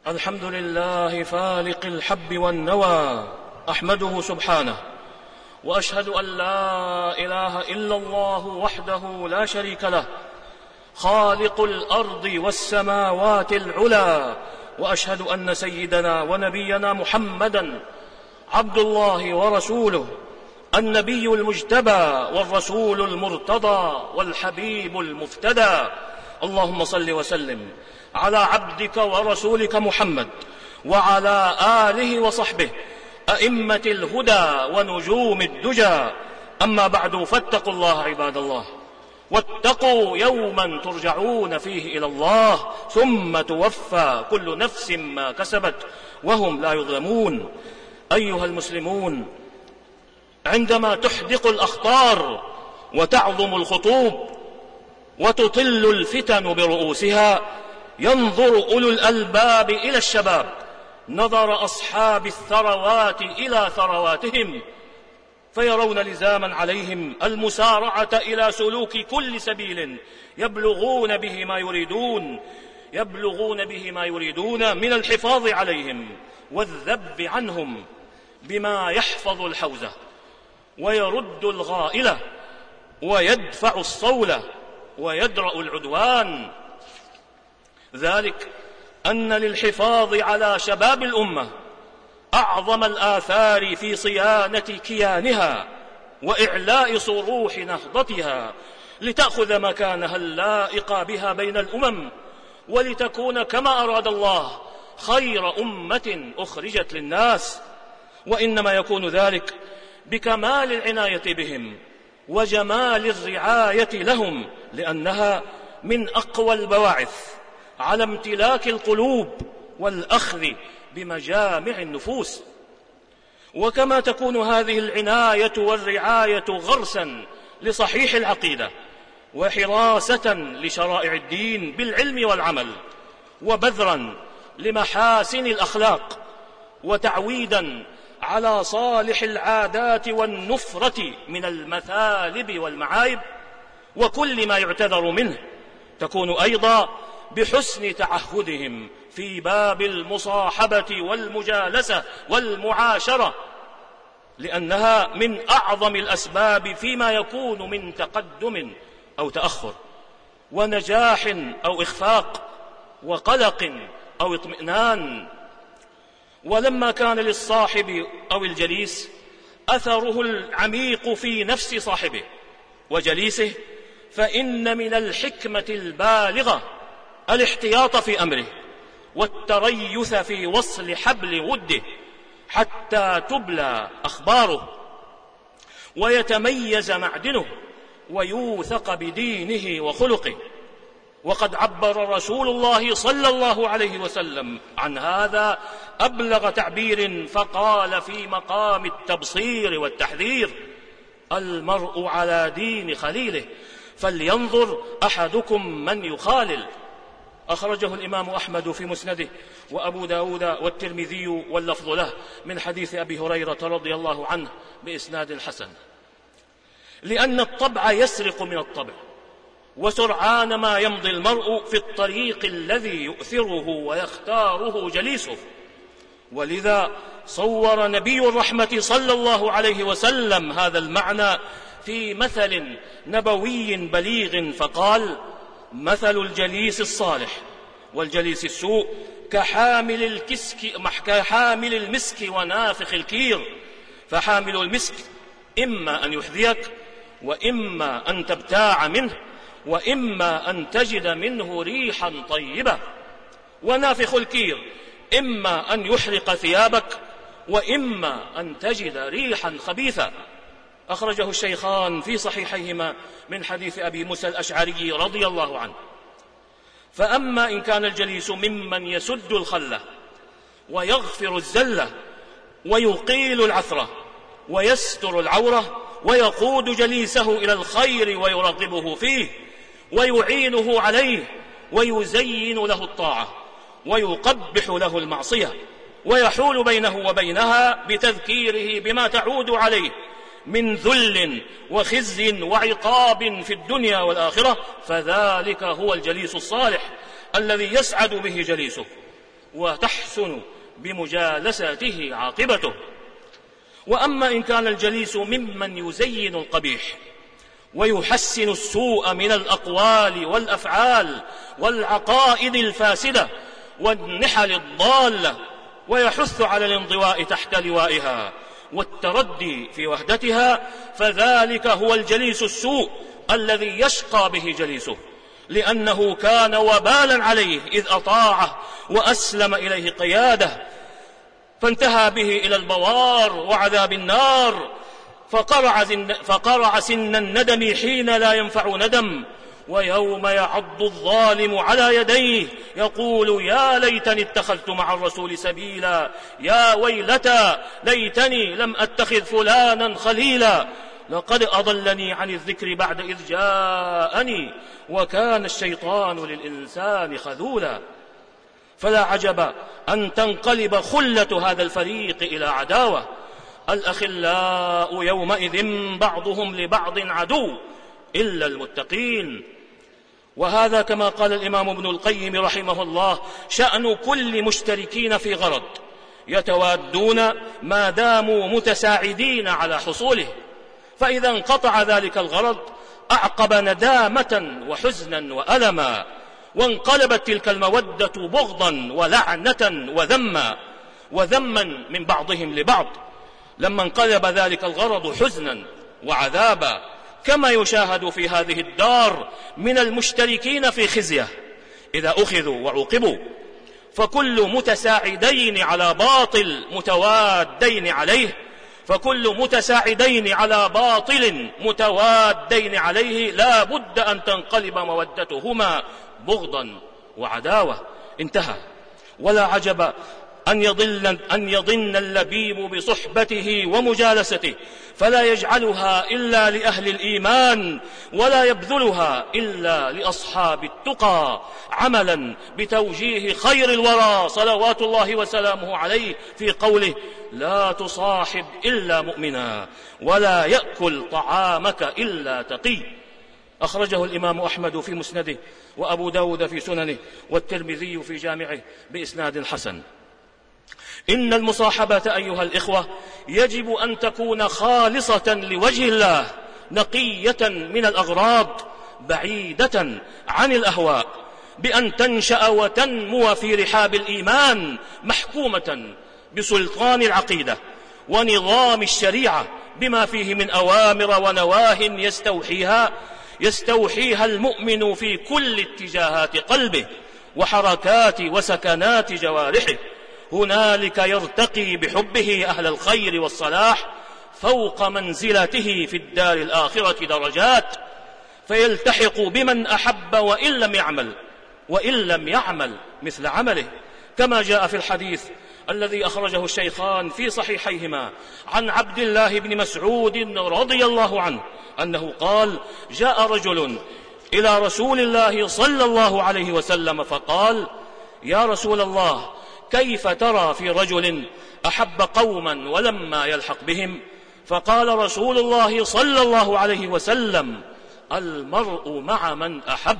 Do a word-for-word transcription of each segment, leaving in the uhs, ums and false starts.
الحمد لله فالق الحب والنوى، أحمده سبحانه، وأشهد أن لا إله إلا الله وحده لا شريك له، خالق الأرض والسماوات العلى، وأشهد أن سيدنا ونبينا محمدًا عبد الله ورسوله، النبي المجتبى والرسول المرتضى والحبيب المفتدى. اللهم صل وسلم على عبدك ورسولك محمد وعلى آله وصحبه أئمة الهدى ونجوم الدجى. أما بعد، فاتقوا الله عباد الله، واتقوا يوما ترجعون فيه إلى الله ثم توفى كل نفس ما كسبت وهم لا يظلمون. أيها المسلمون، عندما تحدق الأخطار وتعظم الخطوب وتطل الفتن برؤوسها، ينظر أولو الألباب إلى الشباب نظر أصحاب الثروات إلى ثرواتهم، فيرون لزاما عليهم المسارعة إلى سلوك كل سبيل يبلغون به ما يريدون يبلغون به ما يريدون من الحفاظ عليهم والذب عنهم بما يحفظ الحوزة ويرد الغائلة ويدفع الصولة ويدرأ العدوان. ذلك أن للحفاظ على شباب الأمة أعظم الآثار في صيانة كيانها وإعلاء صروح نهضتها، لتأخذ مكانها اللائق بها بين الأمم، ولتكون كما أراد الله خير أمة أخرجت للناس. وإنما يكون ذلك بكمال العناية بهم وجمال الرعاية لهم، لأنها من أقوى البواعث على امتلاك القلوب والأخذ بمجامع النفوس. وكما تكون هذه العناية والرعاية غرسا لصحيح العقيدة وحراسة لشرائع الدين بالعلم والعمل وبذرا لمحاسن الأخلاق وتعويدا على صالح العادات والنفرة من المثالب والمعايب وكل ما يعتذر منه، تكون أيضا بحسن تعهدهم في باب المصاحبة والمجالسة والمعاشرة، لأنها من أعظم الأسباب فيما يكون من تقدم أو تأخر ونجاح أو إخفاق وقلق أو اطمئنان. ولما كان للصاحب أو الجليس أثره العميق في نفس صاحبه وجليسه، فإن من الحكمة البالغة الاحتياط في أمره والتريث في وصل حبل وده حتى تبلى أخباره ويتميز معدنه ويوثق بدينه وخلقه. وقد عبر رسول الله صلى الله عليه وسلم عن هذا أبلغ تعبير، فقال في مقام التبصير والتحذير: المرء على دين خليله فلينظر أحدكم من يخالل. أخرجه الإمام أحمد في مسنده وأبو داود والترمذي واللفظ له من حديث أبي هريرة رضي الله عنه بإسناد حسن. لأن الطبع يسرق من الطبع، وسرعان ما يمضي المرء في الطريق الذي يؤثره ويختاره جليسه. ولذا صور نبي الرحمة صلى الله عليه وسلم هذا المعنى في مثل نبوي بليغ، فقال: مثل الجليس الصالح والجليس السوء كحامل الكسك كحامل المسك ونافخ الكير، فحامل المسك إما أن يحذيك وإما أن تبتاع منه وإما أن تجد منه ريحا طيبة، ونافخ الكير إما أن يحرق ثيابك وإما أن تجد ريحا خبيثة. أخرجه الشيخان في صحيحيهما من حديث أبي موسى الأشعري رضي الله عنه. فأما إن كان الجليس ممن يسد الخلة ويغفر الزلة ويقيل العثرة ويستر العورة ويقود جليسه إلى الخير ويرغبه فيه ويعينه عليه ويزين له الطاعة ويقبح له المعصية ويحول بينه وبينها بتذكيره بما تعود عليه من ذل وخزي وعقاب في الدنيا والآخرة، فذلك هو الجليس الصالح الذي يسعد به جليسه وتحسن بمجالسته عاقبته. وأما إن كان الجليس ممن يزين القبيح ويحسن السوء من الأقوال والأفعال والعقائد الفاسدة والنحل الضالة، ويحث على الانضواء تحت لوائها والتردي في وحدتها، فذلك هو الجليس السوء الذي يشقى به جليسه، لأنه كان وبالا عليه إذ أطاعه وأسلم إليه قياده، فانتهى به إلى البوار وعذاب النار، فقرع, فقرع سن الندم حين لا ينفع ندم، ويوم يعض الظالم على يديه يقول يا ليتني اتخذت مع الرسول سبيلا، يا ويلتى ليتني لم أتخذ فلانا خليلا، لقد أضلني عن الذكر بعد إذ جاءني وكان الشيطان للإنسان خذولا. فلا عجب أن تنقلب خلة هذا الفريق إلى عداوة. الأخلاء يومئذ بعضهم لبعض عدو إلا المتقين. وهذا كما قال الإمام ابن القيم رحمه الله شأن كل مشتركين في غرض، يتوادون ما داموا متساعدين على حصوله، فإذا انقطع ذلك الغرض أعقب ندامة وحزنا وألما، وانقلبت تلك المودة بغضا ولعنة وذما وذما من بعضهم لبعض، لما انقلب ذلك الغرض حزنا وعذابا، كما يشاهد في هذه الدار من المشتركين في خزيه إذا أخذوا وعوقبوا، فكل متساعدين على باطل متوادين عليه فكل متساعدين على باطل متوادين عليه لا بد أن تنقلب مودتهما بغضا وعداوة. انتهى. ولا عجب أن يضل, أن يضن اللبيب بصحبته ومجالسته، فلا يجعلها إلا لأهل الإيمان ولا يبذلها إلا لأصحاب التقى، عملا بتوجيه خير الورى صلوات الله وسلامه عليه في قوله لا تصاحب إلا مؤمنا ولا يأكل طعامك إلا تقي. أخرجه الإمام أحمد في مسنده، وأبو داود في سننه، والترمذي في جامعه بإسناد حسن. إن المصاحبة أيها الإخوة يجب أن تكون خالصة لوجه الله، نقية من الأغراض، بعيدة عن الأهواء، بأن تنشأ وتنمو في رحاب الإيمان، محكومة بسلطان العقيدة ونظام الشريعة بما فيه من أوامر ونواه يستوحيها يستوحيها المؤمن في كل اتجاهات قلبه وحركات وسكنات جوارحه. هنالك يرتقي بحبه أهل الخير والصلاح فوق منزلته في الدار الآخرة درجات، فيلتحق بمن أحب وإن لم يعمل وإن لم يعمل مثل عمله، كما جاء في الحديث الذي أخرجه الشيخان في صحيحيهما عن عبد الله بن مسعود رضي الله عنه أنه قال جاء رجل إلى رسول الله صلى الله عليه وسلم فقال يا رسول الله كيف ترى في رجل أحب قوما ولما يلحق بهم؟ فقال رسول الله صلى الله عليه وسلم المرء مع من أحب.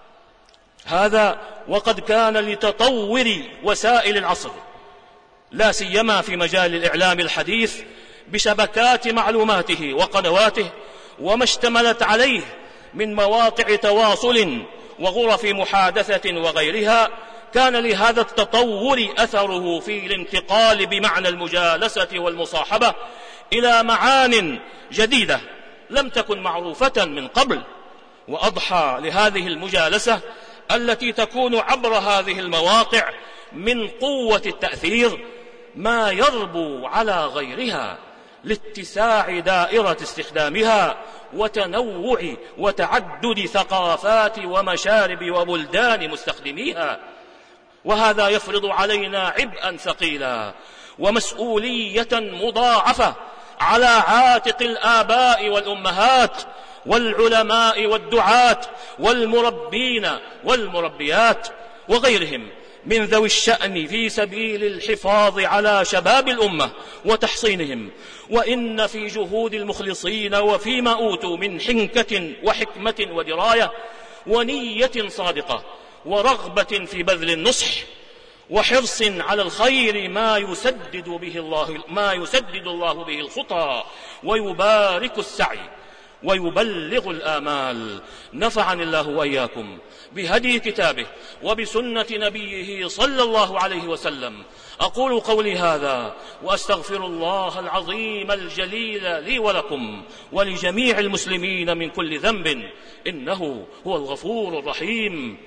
هذا وقد كان لتطور وسائل العصر، لا سيما في مجال الإعلام الحديث بشبكات معلوماته وقنواته وما اشتملت عليه من مواقع تواصل وغرف محادثة وغيرها، كان لهذا التطور أثره في الانتقال بمعنى المجالسة والمصاحبة إلى معان جديدة لم تكن معروفة من قبل. وأضحى لهذه المجالسة التي تكون عبر هذه المواقع من قوة التأثير ما يربو على غيرها لاتساع دائرة استخدامها وتنوع وتعدد ثقافات ومشارب وبلدان مستخدميها. وهذا يفرض علينا عبئا ثقيلا ومسؤولية مضاعفة على عاتق الآباء والأمهات والعلماء والدعاة والمربين والمربيات وغيرهم من ذوي الشأن في سبيل الحفاظ على شباب الأمة وتحصينهم. وإن في جهود المخلصين وفيما أوتوا من حنكة وحكمة ودراية ونية صادقة ورغبة في بذل النصح وحرص على الخير ما يسدد به الله ما يسدد الله به الخطى ويبارك السعي ويبلغ الآمال. نفعني الله وإياكم بهدي كتابه وبسنة نبيه صلى الله عليه وسلم. أقول قولي هذا وأستغفر الله العظيم الجليل لي ولكم ولجميع المسلمين من كل ذنب، إنه هو الغفور الرحيم.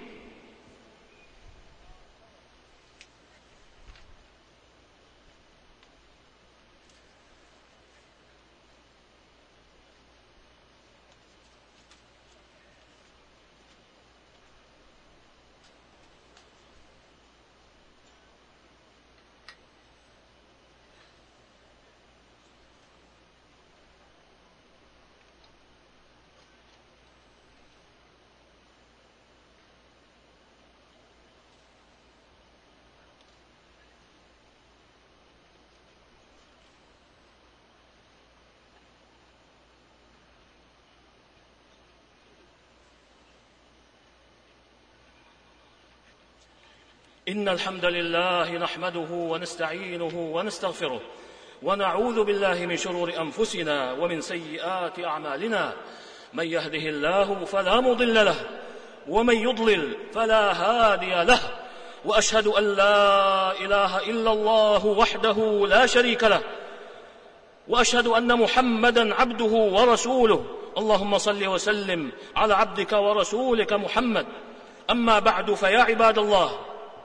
إن الحمد لله نحمده ونستعينه ونستغفره ونعوذ بالله من شرور أنفسنا ومن سيئات أعمالنا. من يهده الله فلا مضل له ومن يضلل فلا هادي له، وأشهد أن لا إله إلا الله وحده لا شريك له، وأشهد أن محمدا عبده ورسوله. اللهم صل وسلم على عبدك ورسولك محمد. أما بعد، فيا عباد الله،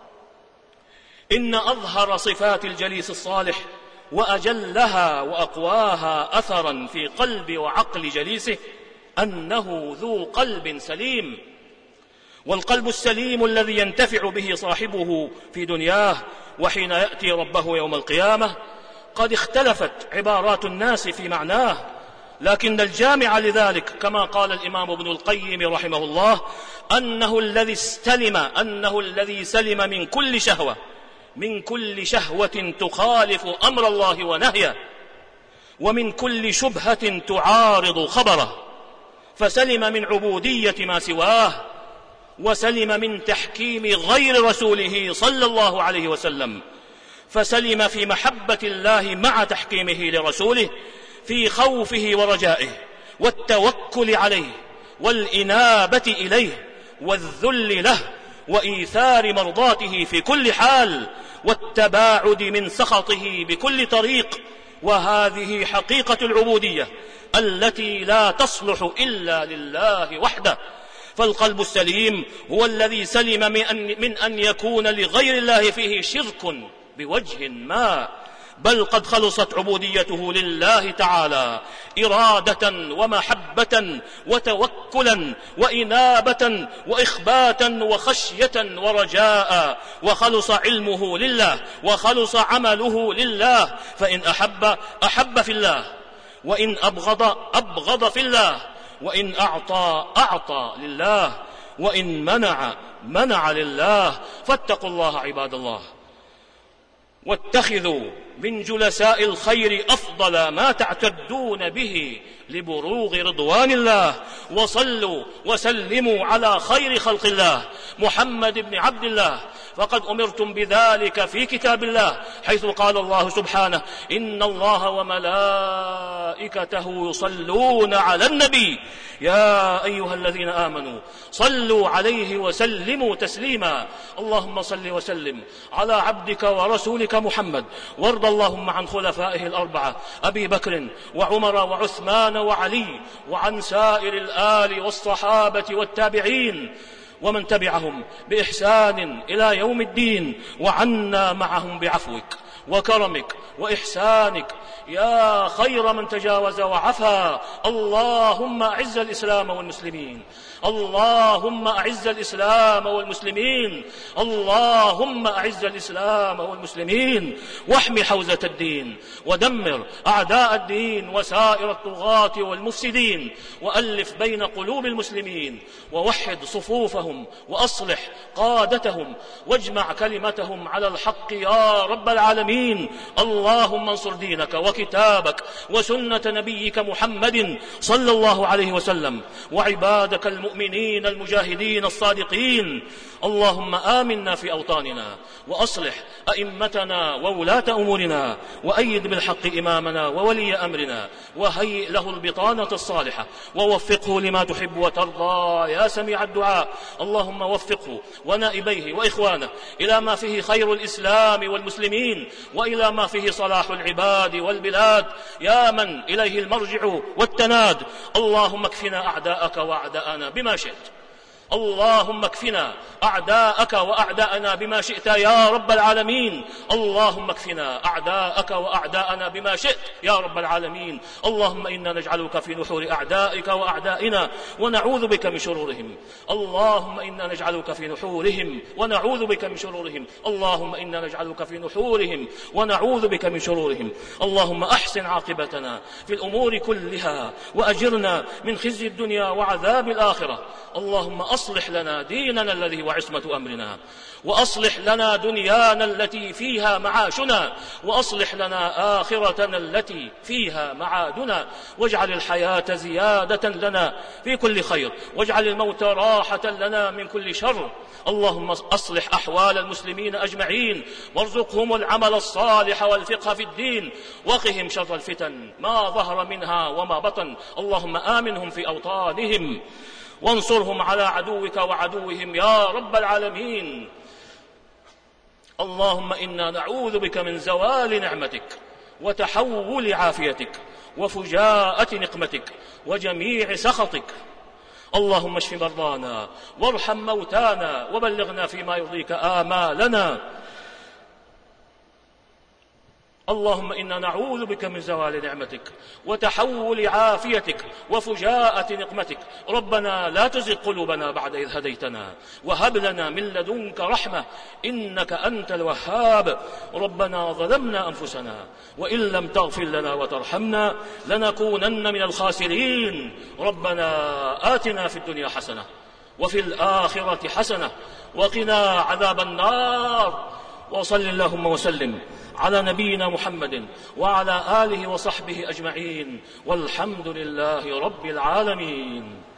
إن أظهر صفات الجليس الصالح وأجلها وأقواها أثرا في قلب وعقل جليسه أنه ذو قلب سليم. والقلب السليم الذي ينتفع به صاحبه في دنياه وحين يأتي ربه يوم القيامة قد اختلفت عبارات الناس في معناه، لكن الجامع لذلك كما قال الإمام ابن القيم رحمه الله أنه الذي استلم أنه الذي سلم من كل شهوة من كل شهوة تخالف أمر الله ونهيه، ومن كل شبهة تعارض خبره، فسلم من عبودية ما سواه، وسلم من تحكيم غير رسوله صلى الله عليه وسلم، فسلم في محبة الله مع تحكيمه لرسوله، في خوفه ورجائه والتوكل عليه والإنابة إليه والذل له وإيثار مرضاته في كل حال والتباعد من سخطه بكل طريق. وهذه حقيقة العبودية التي لا تصلح إلا لله وحده. فالقلب السليم هو الذي سلم من أن, من أن يكون لغير الله فيه شرك بوجه ما، بل قد خلصت عبوديته لله تعالى إرادة ومحبة وتوكلا وإنابة وإخباتا وخشية ورجاء، وخلص علمه لله وخلص عمله لله. فإن أحب أحب في الله، وإن أبغض أبغض في الله، وإن أعطى أعطى لله، وإن منع منع لله. فاتقوا الله عباد الله، واتخذوا من جلساء الخير أفضل ما تعتدون به لبروغ رضوان الله، وصلوا وسلموا على خير خلق الله محمد بن عبد الله، فقد أمرتم بذلك في كتاب الله، حيث قال الله سبحانه: إن الله وملائكته يصلون على النبي يا أيها الذين آمنوا صلوا عليه وسلموا تسليما. اللهم صل وسلم على عبدك ورسولك محمد، وارض اللهم عن خلفائه الأربعة أبي بكر وعمر وعثمان وعلي، وعن سائر الآل والصحابة والتابعين ومن تبعهم بإحسان إلى يوم الدين، وعنا معهم بعفوك وكرمك وإحسانك يا خير من تجاوز وعفا. اللهم أعز الإسلام والمسلمين، اللهم أعز الإسلام والمسلمين، اللهم أعز الإسلام والمسلمين، واحمي حوزة الدين، ودمر أعداء الدين وسائر الطغاة والمفسدين، وألف بين قلوب المسلمين، ووحد صفوفهم، وأصلح قادتهم، واجمع كلمتهم على الحق يا رب العالمين. اللهم انصر دينك وكتابك وسنة نبيك محمد صلى الله عليه وسلم، وعبادك المؤمنين المؤمنين المجاهدين الصادقين. اللهم آمنا في أوطاننا، وأصلح أئمتنا وولاة أمورنا، وأيد بالحق إمامنا وولي أمرنا، وهيئ له البطانة الصالحة، ووفقه لما تحب وترضى يا سميع الدعاء. اللهم وفقه ونائبيه وإخوانه إلى ما فيه خير الإسلام والمسلمين، وإلى ما فيه صلاح العباد والبلاد، يا من إليه المرجع والتناد. اللهم اكفنا أعداءك وأعداءنا بما شئت. اللهم اكفنا أعداءك وأعداءنا بما شئت يا رب العالمين. اللهم اكفنا أعداءك وأعداءنا بما شئت يا رب العالمين. اللهم إنا نجعلك في نحور أعدائك وأعدائنا ونعوذ بك من شرورهم. اللهم إنا نجعلك في نحورهم ونعوذ بك من شرورهم. اللهم إنا نجعلك في نحورهم ونعوذ بك من شرورهم. اللهم أحسن عاقبتنا في الأمور كلها، وأجرنا من خزي الدنيا وعذاب الآخرة. اللهم أصلح لنا ديننا الذي هو عصمة أمرنا، وأصلح لنا دنيانا التي فيها معاشنا، وأصلح لنا آخرتنا التي فيها معادنا، واجعل الحياة زيادة لنا في كل خير، واجعل الموت راحة لنا من كل شر. اللهم أصلح أحوال المسلمين أجمعين، وارزقهم العمل الصالح والفقه في الدين، وقهم شر الفتن ما ظهر منها وما بطن. اللهم آمنهم في أوطانهم، وانصرهم على عدوك وعدوهم يا رب العالمين. اللهم إنا نعوذ بك من زوال نعمتك، وتحول عافيتك، وفجاءة نقمتك، وجميع سخطك. اللهم اشف مرضانا، وارحم موتانا، وبلغنا فيما يرضيك آمالنا. اللهم إنا نعوذ بك من زوال نعمتك، وتحول عافيتك، وفجاءة نقمتك. ربنا لا تزغ قلوبنا بعد إذ هديتنا، وهب لنا من لدنك رحمة إنك أنت الوهاب. ربنا ظلمنا أنفسنا، وإن لم تغفر لنا وترحمنا لنكونن من الخاسرين. ربنا آتنا في الدنيا حسنة، وفي الآخرة حسنة، وقنا عذاب النار. وصل اللهم وسلم على نبينا محمد وعلى آله وصحبه أجمعين، والحمد لله رب العالمين.